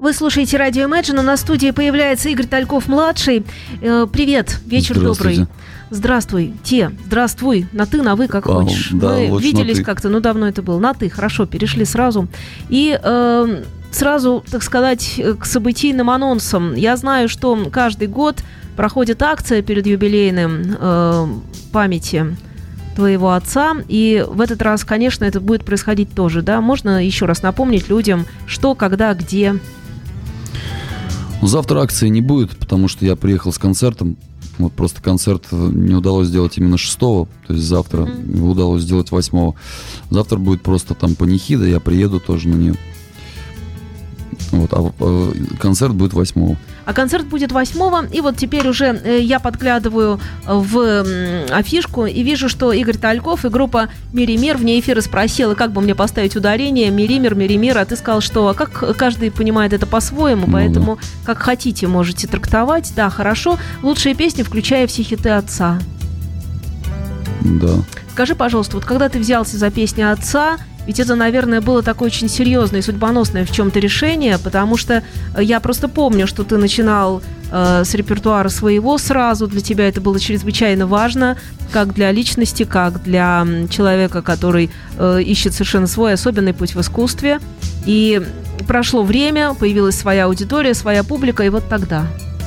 Вы слушаете радио Imagine, на студии появляется Игорь Тальков-младший. Привет, вечер добрый. Здравствуй, здравствуй, на ты, на вы, как хочешь. Да, мы виделись как-то, давно это было, на ты, хорошо, перешли сразу. И сразу, так сказать, к событийным анонсам. Я знаю, что каждый год проходит акция перед юбилейным памяти твоего отца, и в этот раз, конечно, это будет происходить тоже, да? Можно еще раз напомнить людям, что, когда, где? Завтра акции не будет, потому что я приехал с концертом. Вот просто концерт не удалось сделать именно 6-го, то есть завтра его удалось сделать 8-го. Завтра будет просто там панихида, я приеду тоже на нее. Вот, а концерт будет 8-го. А концерт будет 8-го, и вот теперь уже я подглядываю в афишку и вижу, что Игорь Тальков и группа «Миримир» вне эфира спросила, как бы мне поставить ударение «Миримир», а ты сказал, что как каждый понимает это по-своему, поэтому как хотите можете трактовать. Да, хорошо. Лучшие песни, включая все хиты отца. Да. Скажи, пожалуйста, вот когда ты взялся за песни отца, ведь это, наверное, было такое очень серьезное и судьбоносное в чем-то решение, потому что я просто помню, что ты начинал с репертуара своего сразу. Для тебя это было чрезвычайно важно, как для личности, как для человека, который ищет совершенно свой особенный путь в искусстве. И прошло время, появилась своя аудитория, своя публика, и вот тогда...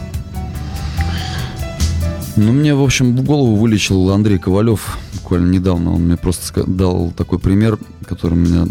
Мне, в общем, в голову вылечил Андрей Ковалев буквально недавно. Он мне просто дал такой пример, который меня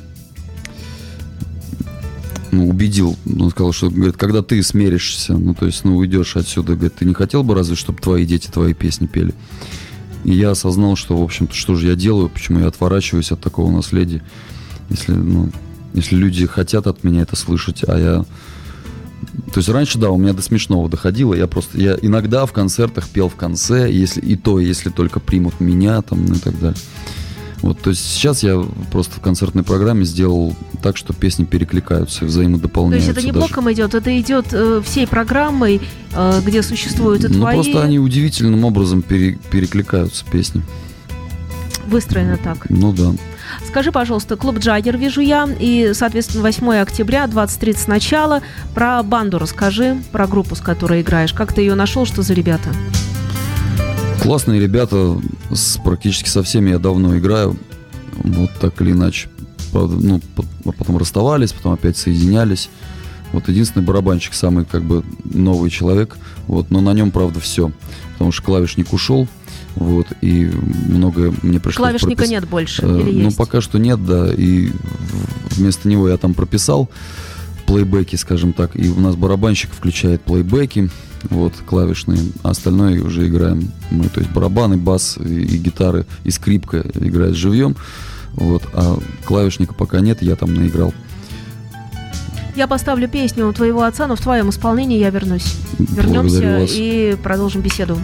убедил. Он сказал, что, говорит, когда ты смиришься, то есть, уйдешь отсюда, говорит, ты не хотел бы разве, чтобы твои дети твои песни пели? И я осознал, что, в общем-то, что же я делаю, почему я отворачиваюсь от такого наследия, если люди хотят от меня это слышать, а я... То есть раньше, да, у меня до смешного доходило. Я иногда в концертах пел в конце, если только примут меня, и так далее. Вот, то есть сейчас я просто в концертной программе сделал так, что песни перекликаются, взаимодополняются. То есть это не боком идет, это идет всей программой, где существуют и твои... просто они удивительным образом перекликаются, песни. Выстроено так. Да. Скажи, пожалуйста, клуб «Джаггер» вижу я, и, соответственно, 8 октября, 20:30 начало. Про банду расскажи, про группу, с которой играешь. Как ты ее нашел, что за ребята? Классные ребята, практически со всеми я давно играю, вот так или иначе. Правда, потом расставались, потом опять соединялись. Вот единственный барабанщик, самый новый человек, но на нем, правда, все, потому что клавишник ушел. Вот, и многое мне пришлось Клавишника прописать. Нет больше, или есть? Пока что нет, да, и вместо него я там прописал плейбеки, скажем так, и у нас барабанщик включает плейбеки, клавишные, а остальное уже играем мы, то есть барабаны, бас и гитары, и скрипка играет живьем, а клавишника пока нет, я там наиграл. Я поставлю песню твоего отца, но в твоем исполнении я вернусь. Вернемся и продолжим беседу.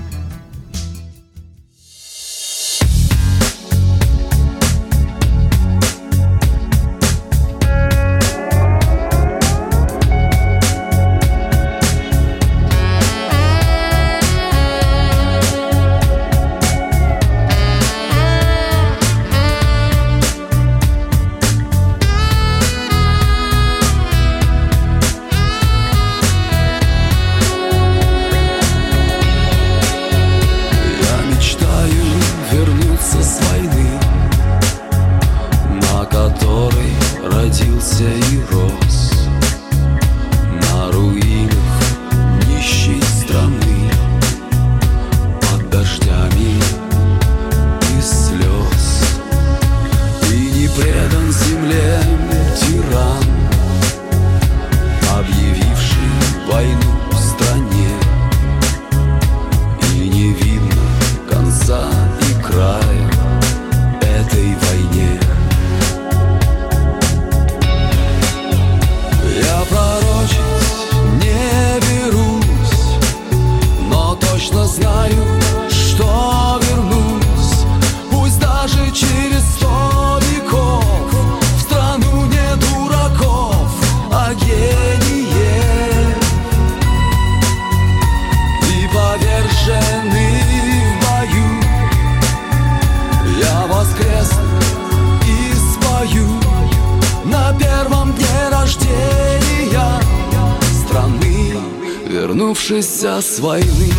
вернувшийся с войны.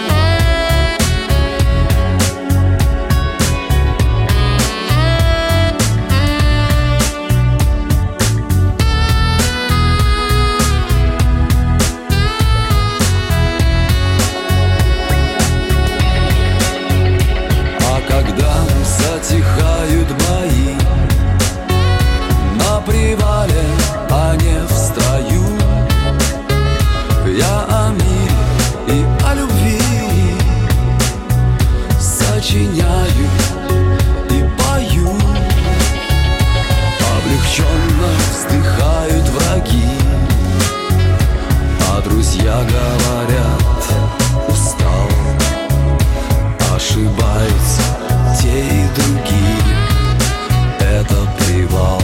А когда затихают бои на привале, а не в строю, я о мире и о любви сочиняю и пою. Облегченно вздыхают враги, а друзья говорят: устал. Ошибаются те и другие, это привал.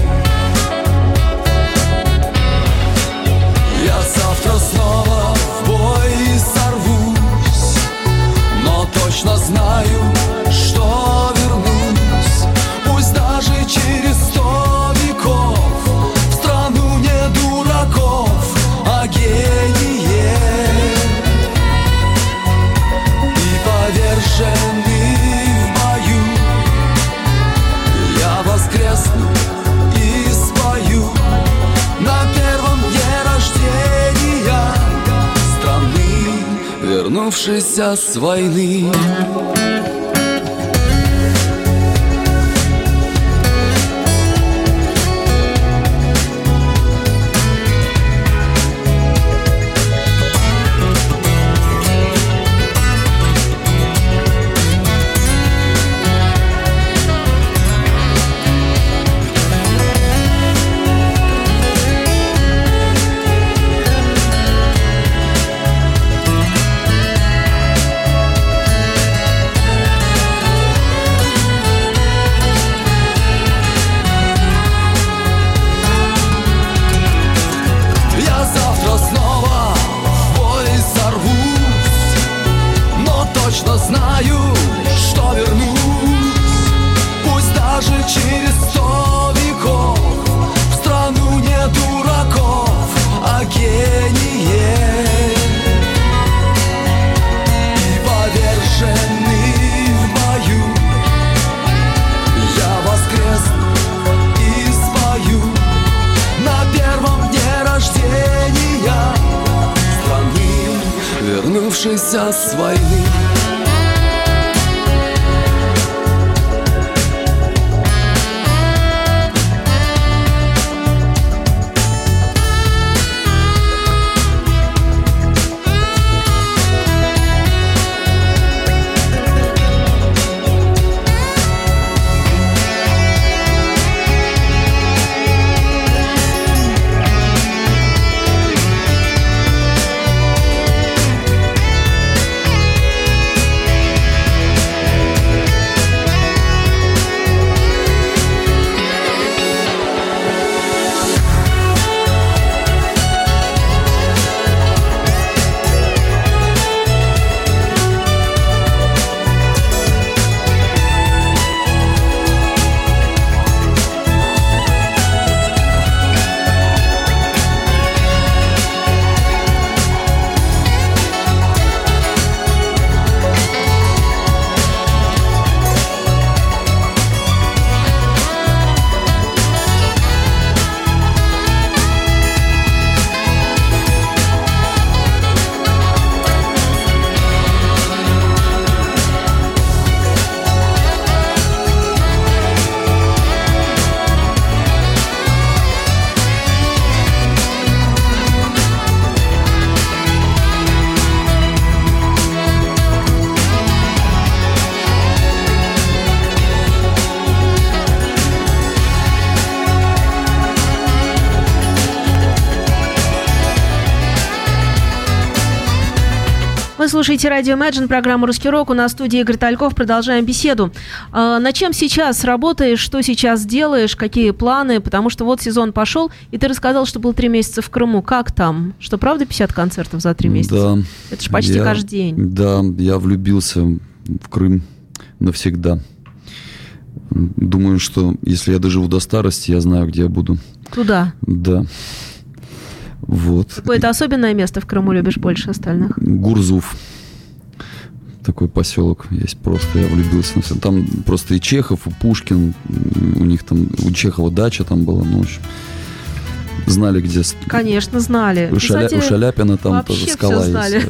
Я завтра снова в бой сорвусь, но точно знаю, что вернусь. Пусть даже через 100 веков, в страну не дураков, а гениев. И поверженный в бою я воскресну и спою на первом дне рождения страны, вернувшейся с войны. Точно знаю, что вернусь. Пусть даже через 100 веков, в страну не дураков, а гениев. И поверженный в бою я воскресну и спою на первом дне рождения страны, вернувшейся с войны. Вы слушаете радио Imagine, программу «Русский рок». У нас в студии Игорь Тальков. Продолжаем беседу. Над чем сейчас работаешь, что сейчас делаешь, какие планы? Потому что вот сезон пошел, и ты рассказал, что был 3 месяца в Крыму. Как там? Что, правда, 50 концертов за 3 месяца? Да. Это же почти каждый день. Да, я влюбился в Крым навсегда. Думаю, что если я доживу до старости, я знаю, где я буду. Туда? Да. Вот. Какое-то особенное место в Крыму любишь больше остальных? Гурзуф. Такой поселок есть просто, я влюбился. Там просто и Чехов, и Пушкин, у них там, у Чехова дача там была, ну, в общем, знали, где... Конечно, знали. У Шаляпина там тоже скала есть. Знали.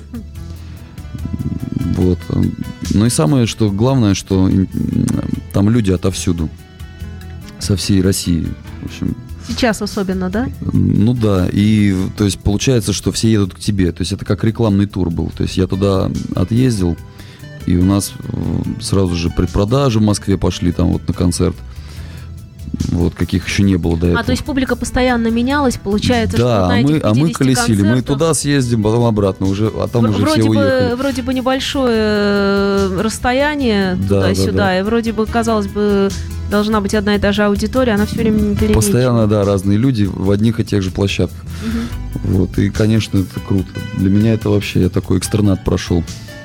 Вот. Ну и самое, что главное, что там люди отовсюду, со всей России, в общем. Сейчас особенно, да? Ну да, и то есть получается, что все едут к тебе, то есть это как рекламный тур был, то есть я туда отъездил, и у нас сразу же предпродажи в Москве пошли там вот на концерт, вот, каких еще не было до этого. То есть публика постоянно менялась, получается, да, что на этих 50 мы колесили, мы туда съездим, потом обратно, уже, а там уже все уехали. Вроде бы небольшое расстояние туда-сюда, и вроде бы, казалось бы, должна быть одна и та же аудитория, она все время переменчива. Постоянно, да, разные люди в одних и тех же площадках. Угу. Вот, и, конечно, это круто. Для меня это вообще, я такой экстернат прошел.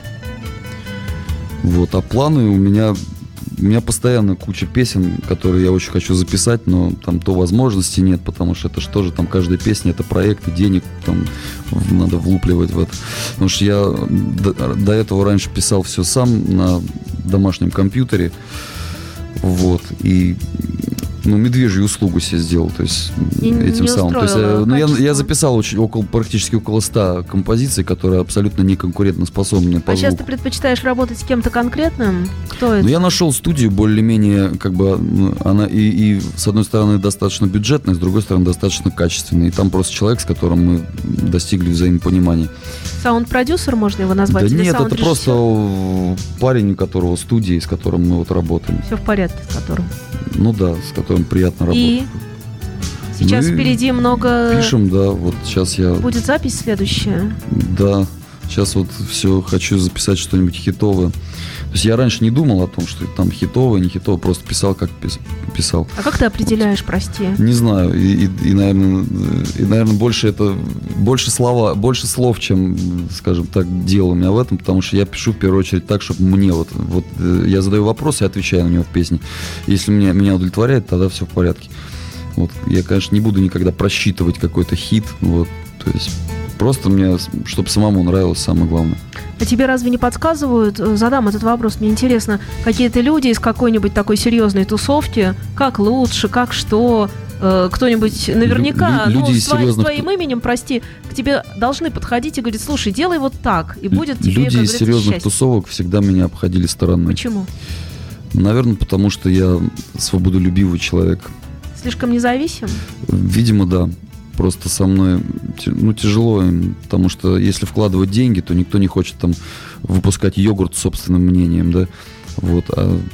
Вот, а планы у меня постоянно куча песен, которые я очень хочу записать, но там то возможности нет, потому что это же тоже там каждая песня, это проект, и денег там надо влупливать в это. Потому что я до этого раньше писал все сам на домашнем компьютере, вот, и медвежью услугу себе сделал, то есть этим самым. То есть, я записал практически около 100 композиций, которые абсолютно не конкурентоспособны по звуку. Сейчас ты предпочитаешь работать с кем-то конкретным? Кто это? Я нашел студию более-менее, как бы, она и с одной стороны достаточно бюджетная, с другой стороны достаточно качественная. И там просто человек, с которым мы достигли взаимопонимания. Саунд-продюсер, можно его назвать? Да нет, это просто парень, у которого студия, с которым мы вот работаем. Все в порядке с которым? Ну да, с которым приятно работать. И сейчас впереди много... Пишем, да, вот сейчас я... Будет запись следующая? Да, сейчас вот все хочу записать что-нибудь хитовое. То есть я раньше не думал о том, что там хитовое, не хитовое, просто писал, как писал. А как ты определяешь, прости? Не знаю, и наверное, больше слов, чем, скажем так, дело у меня в этом, потому что я пишу в первую очередь так, чтобы мне вот я задаю вопрос и отвечаю на него в песне. Если меня удовлетворяет, тогда все в порядке. Вот, я, конечно, не буду никогда просчитывать какой-то хит, вот, то есть просто мне, чтобы самому нравилось, самое главное. А тебе разве не подсказывают, задам этот вопрос, мне интересно, какие-то люди из какой-нибудь такой серьезной тусовки, как лучше, как что, кто-нибудь наверняка, с твоим именем, прости, к тебе должны подходить и говорить, слушай, делай вот так, и будет тебе, люди из серьезных счастье. Тусовок всегда меня обходили стороной. Почему? Наверное, потому что я свободолюбивый человек. Слишком независим? Видимо, да. Просто со мной тяжело им, потому что если вкладывать деньги, то никто не хочет там выпускать йогурт с собственным мнением, да. Вот,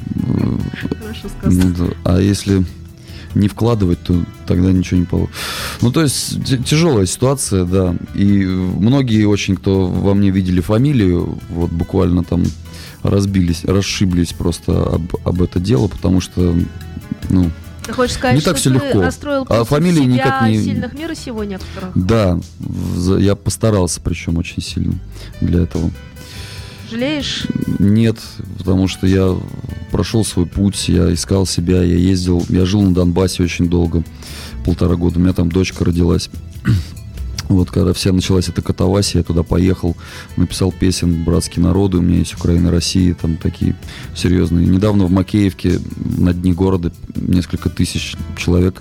Хорошо сказано. А если не вкладывать, то тогда ничего не получится. То есть тяжелая ситуация, да. И многие очень, кто во мне видели фамилию, вот буквально там расшиблись просто об это дело, потому что, ты хочешь сказать, не так что все ты легко. Настроил фамилии себя никак не... сильных мира сего некоторых? Да, я постарался, причем очень сильно для этого. Жалеешь? Нет, потому что я прошел свой путь, я искал себя, я жил на Донбассе очень долго, 1,5 года, у меня там дочка родилась. Вот, когда вся началась эта катавасия, я туда поехал, написал песен «Братские народы», у меня есть «Украина, Россия», там такие серьезные. Недавно в Макеевке на дне города несколько тысяч человек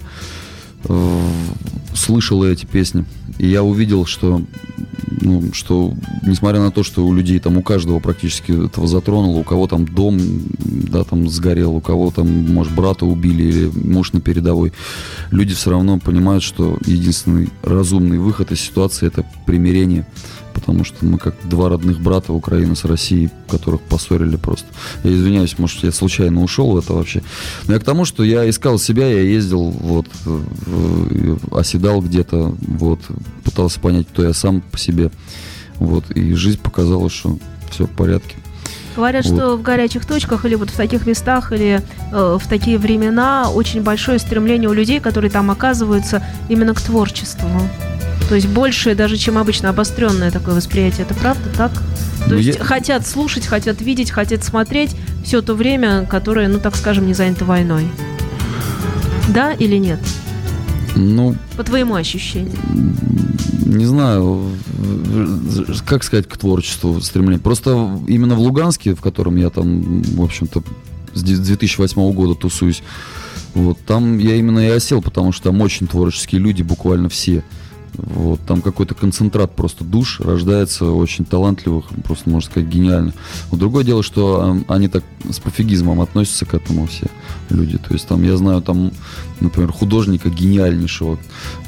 слышало эти песни. И я увидел, что несмотря на то, что у людей там, у каждого практически этого затронуло, у кого там дом, да, там сгорел, у кого там, может, брата убили или муж на передовой, люди все равно понимают, что единственный разумный выход из ситуации — это примирение. Потому что мы как два родных брата, Украина с Россией, которых поссорили просто. Я извиняюсь, может, я случайно ушел в это вообще. Но я к тому, что я искал себя, я ездил, оседал где-то, пытался понять, кто я сам по себе. И жизнь показала, что все в порядке. Говорят, что в горячих точках или в таких местах, или в такие времена очень большое стремление у людей, которые там оказываются, именно к творчеству. То есть больше даже, чем обычно, обостренное такое восприятие. Это правда так? То есть хотят слушать, хотят видеть, хотят смотреть все то время, которое, так скажем, не занято войной. Да или нет? Ну, по твоему ощущению? Не знаю, как сказать, к творчеству стремление. Просто именно в Луганске, в котором я там, в общем-то, с 2008 года тусуюсь, вот, там я именно и осел, потому что там очень творческие люди, буквально все. Вот, там какой-то концентрат просто душ рождается, очень талантливых, просто, можно сказать, гениальных. Вот другое дело, что они так с пофигизмом относятся к этому все люди. То есть там, я знаю, там, например, художника гениальнейшего,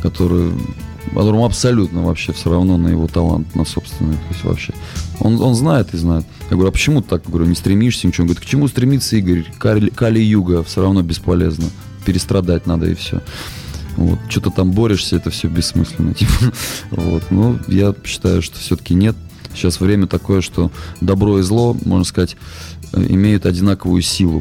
которому абсолютно вообще все равно на его талант, на собственный. То есть вообще. Он знает и знает. Я говорю, а почему ты так? Я говорю, не стремишься, ничего. Он говорит, к чему стремиться, Игорь? Кали-юга, все равно бесполезно. Перестрадать надо и все. Вот. Что-то там борешься, это все бессмысленно. Типа. Вот. Ну, я считаю, что все-таки нет. Сейчас время такое, что добро и зло, можно сказать, имеют одинаковую силу.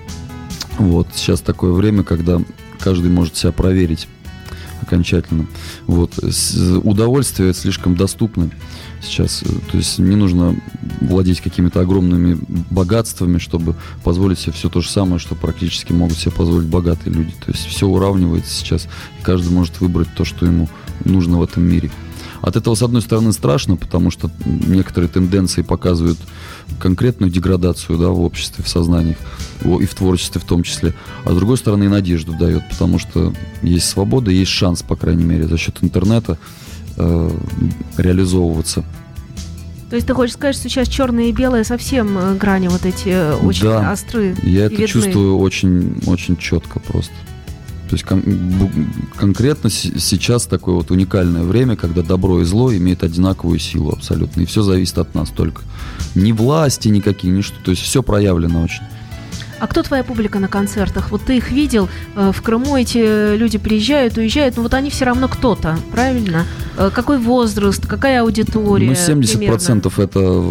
Вот. Сейчас такое время, когда каждый может себя проверить окончательно. Вот. Удовольствие слишком доступно сейчас. То есть не нужно владеть какими-то огромными богатствами, чтобы позволить себе все то же самое, что практически могут себе позволить богатые люди. То есть все уравнивается сейчас. И каждый может выбрать то, что ему нужно в этом мире. От этого, с одной стороны, страшно, потому что некоторые тенденции показывают конкретную деградацию, да, в обществе, в сознаниях, и в творчестве в том числе. А с другой стороны, и надежду дает, потому что есть свобода, есть шанс, по крайней мере, за счет интернета реализовываться. То есть ты хочешь сказать, что сейчас черное и белое совсем грани вот эти очень острые? Да, я это чувствую очень, очень четко просто. То есть конкретно сейчас такое вот уникальное время, когда добро и зло имеют одинаковую силу абсолютно. И все зависит от нас только. Ни власти никакие, ни что. То есть все проявлено очень. А кто твоя публика на концертах? Вот ты их видел, в Крыму эти люди приезжают, уезжают, но вот они все равно кто-то, правильно? Какой возраст, какая аудитория? Ну, 70% примерно?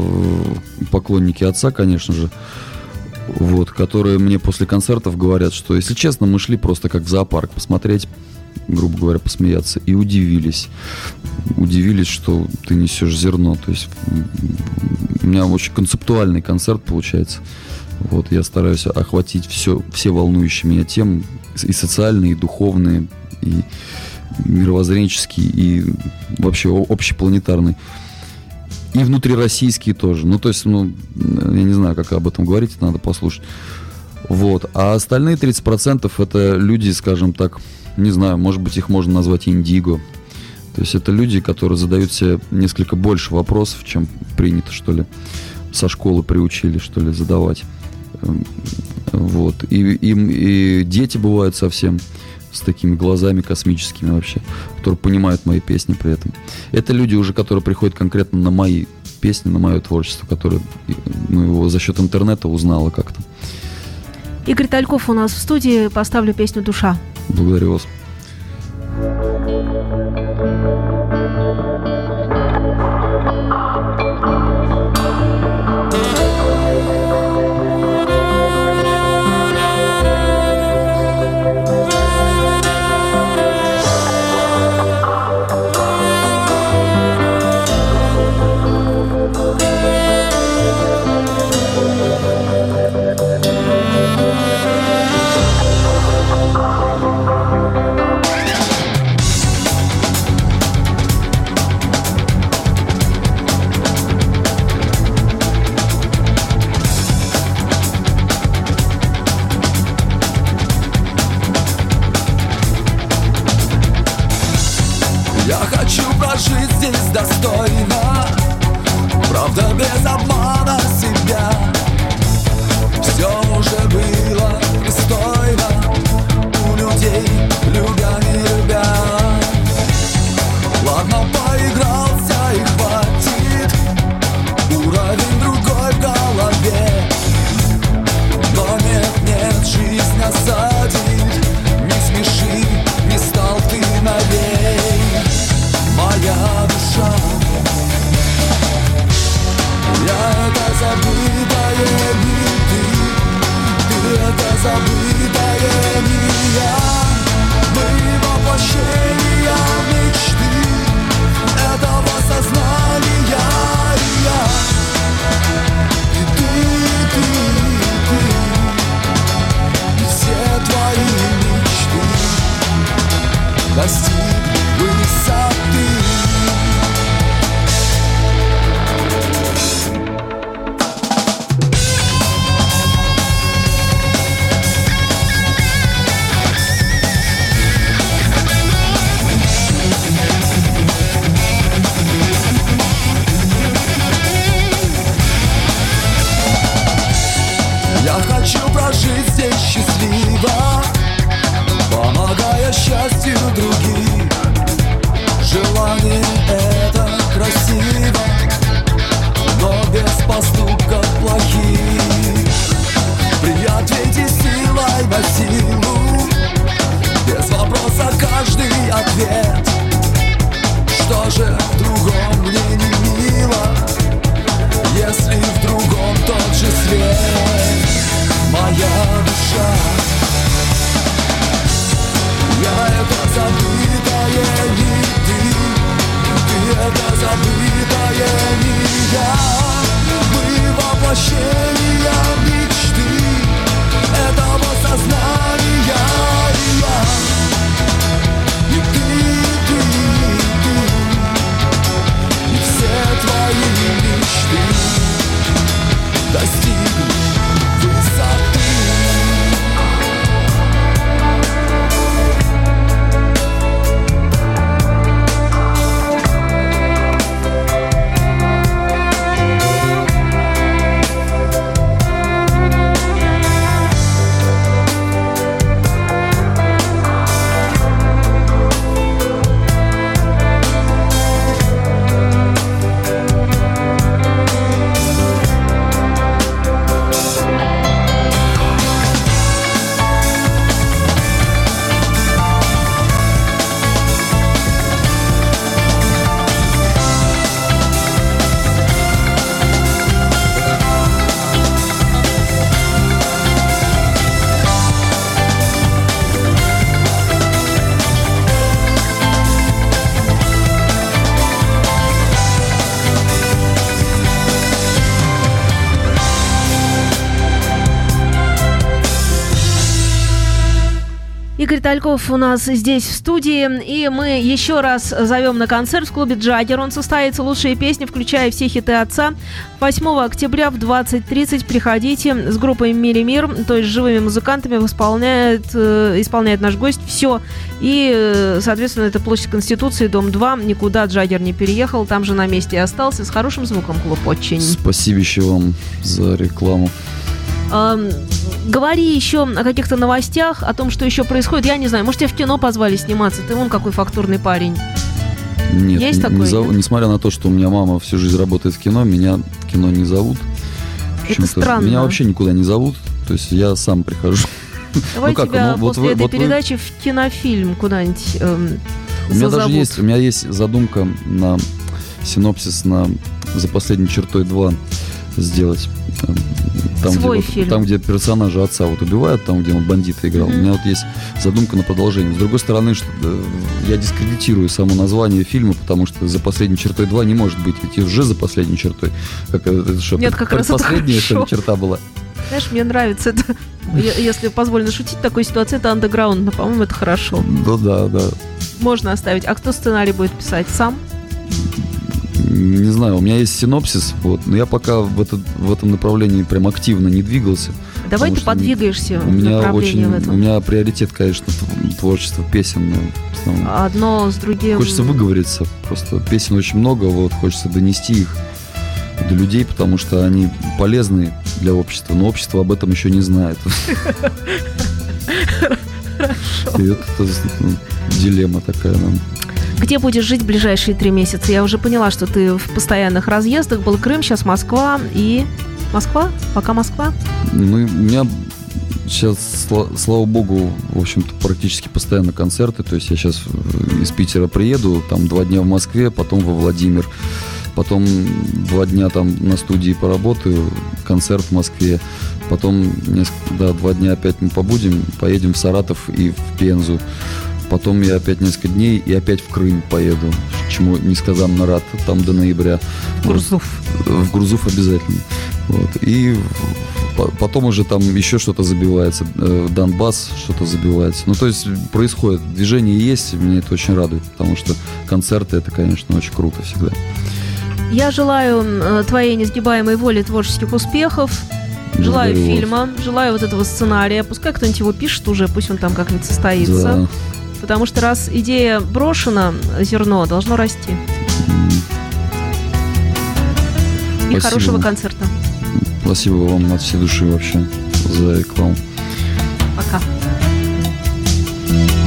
Это поклонники отца, конечно же. Вот, которые мне после концертов говорят, что, если честно, мы шли просто как в зоопарк посмотреть, грубо говоря, посмеяться, и удивились. Удивились, что ты несешь зерно. То есть у меня очень концептуальный концерт получается. Вот, я стараюсь охватить все волнующие меня темы, и социальные, и духовные, и мировоззренческие, и вообще общепланетарные. И внутрироссийские тоже. Ну, то есть, я не знаю, как об этом говорить, надо послушать. Вот. А остальные 30% это люди, скажем так, не знаю, может быть, их можно назвать индиго. То есть это люди, которые задают себе несколько больше вопросов, чем принято, что ли, со школы приучили, что ли, задавать. Вот. И дети бывают совсем с такими глазами космическими вообще, которые понимают мои песни при этом. Это люди уже, которые приходят конкретно на мои песни, на мое творчество, которое его за счет интернета узнала как-то. Игорь Тальков у нас в студии. Поставлю песню «Душа». Благодарю вас. Я хочу прожить здесь достойно, правда без обмана себя. Все уже было пристойно у людей, любя не любя. Ладно, поигрался и хватит, уровень другой в голове. Но нет, жизнь осадит, не смеши, не стал ты новей. Моя душа, я это забытое не ты это забытое не я. Мы воплощения мечты, это Игорь Тальков у нас здесь в студии, и мы еще раз зовем на концерт в клубе «Джаггер». Он состоится, лучшие песни, включая все хиты отца. 8 октября в 20:30 приходите с группой «Мир», то есть с живыми музыкантами, исполняет наш гость все. И, соответственно, это площадь Конституции, дом 2, никуда «Джаггер» не переехал, там же на месте и остался, с хорошим звуком клуб очень. Спасибо еще вам за рекламу. Говори еще о каких-то новостях, о том, что еще происходит. Я не знаю, может, тебя в кино позвали сниматься? Ты вон какой фактурный парень. Нет, есть такой? Несмотря на то, что у меня мама всю жизнь работает в кино, меня в кино не зовут. Это странно. Меня вообще никуда не зовут, то есть я сам прихожу. Давай тебя после этой передачи в кинофильм куда-нибудь У меня есть задумка на синопсис «За последней чертой 2» сделать. Там, где персонажа отца убивают, там, где он бандита играл. У меня есть задумка на продолжение. С другой стороны, я дискредитирую само название фильма, потому что «За последней чертой 2» не может быть, ведь уже «За последней чертой». Нет, как раз последняя черта была. Знаешь, мне нравится это. Если позволено шутить в такой ситуации, это андеграундно, по-моему, это хорошо. Ну да. Можно оставить. А кто сценарий будет писать? Сам? Не знаю, у меня есть синопсис, но я пока в этом направлении прям активно не двигался. Давай ты подвигаешься в направлении в этом. У меня приоритет, конечно, творчество песен. Одно с другим. Хочется выговориться, просто песен очень много, хочется донести их до людей, потому что они полезны для общества, но общество об этом еще не знает. Хорошо. И это дилемма такая. Где будешь жить в ближайшие 3 месяца? Я уже поняла, что ты в постоянных разъездах. Был Крым, сейчас Москва и... Москва? Пока Москва? У меня сейчас, слава богу, в общем-то, практически постоянно концерты. То есть я сейчас из Питера приеду, там 2 дня в Москве, потом во Владимир. Потом 2 дня там на студии поработаю, концерт в Москве. Потом 2 дня опять мы поедем в Саратов и в Пензу. Потом я опять несколько дней и опять в Крым поеду, чему несказанно рад, там до ноября. В Грузуф обязательно. И потом уже там еще что-то забивается, Донбасс что-то забивается. То есть происходит, движение есть, меня это очень радует, потому что концерты — это, конечно, очень круто всегда. Я желаю твоей несгибаемой воли, творческих успехов. Желаю фильма, желаю этого сценария. Пускай кто-нибудь его пишет уже, пусть он там как-нибудь состоится. Да. Потому что раз идея брошена, зерно должно расти. И хорошего концерта. Спасибо вам от всей души вообще за рекламу. Пока.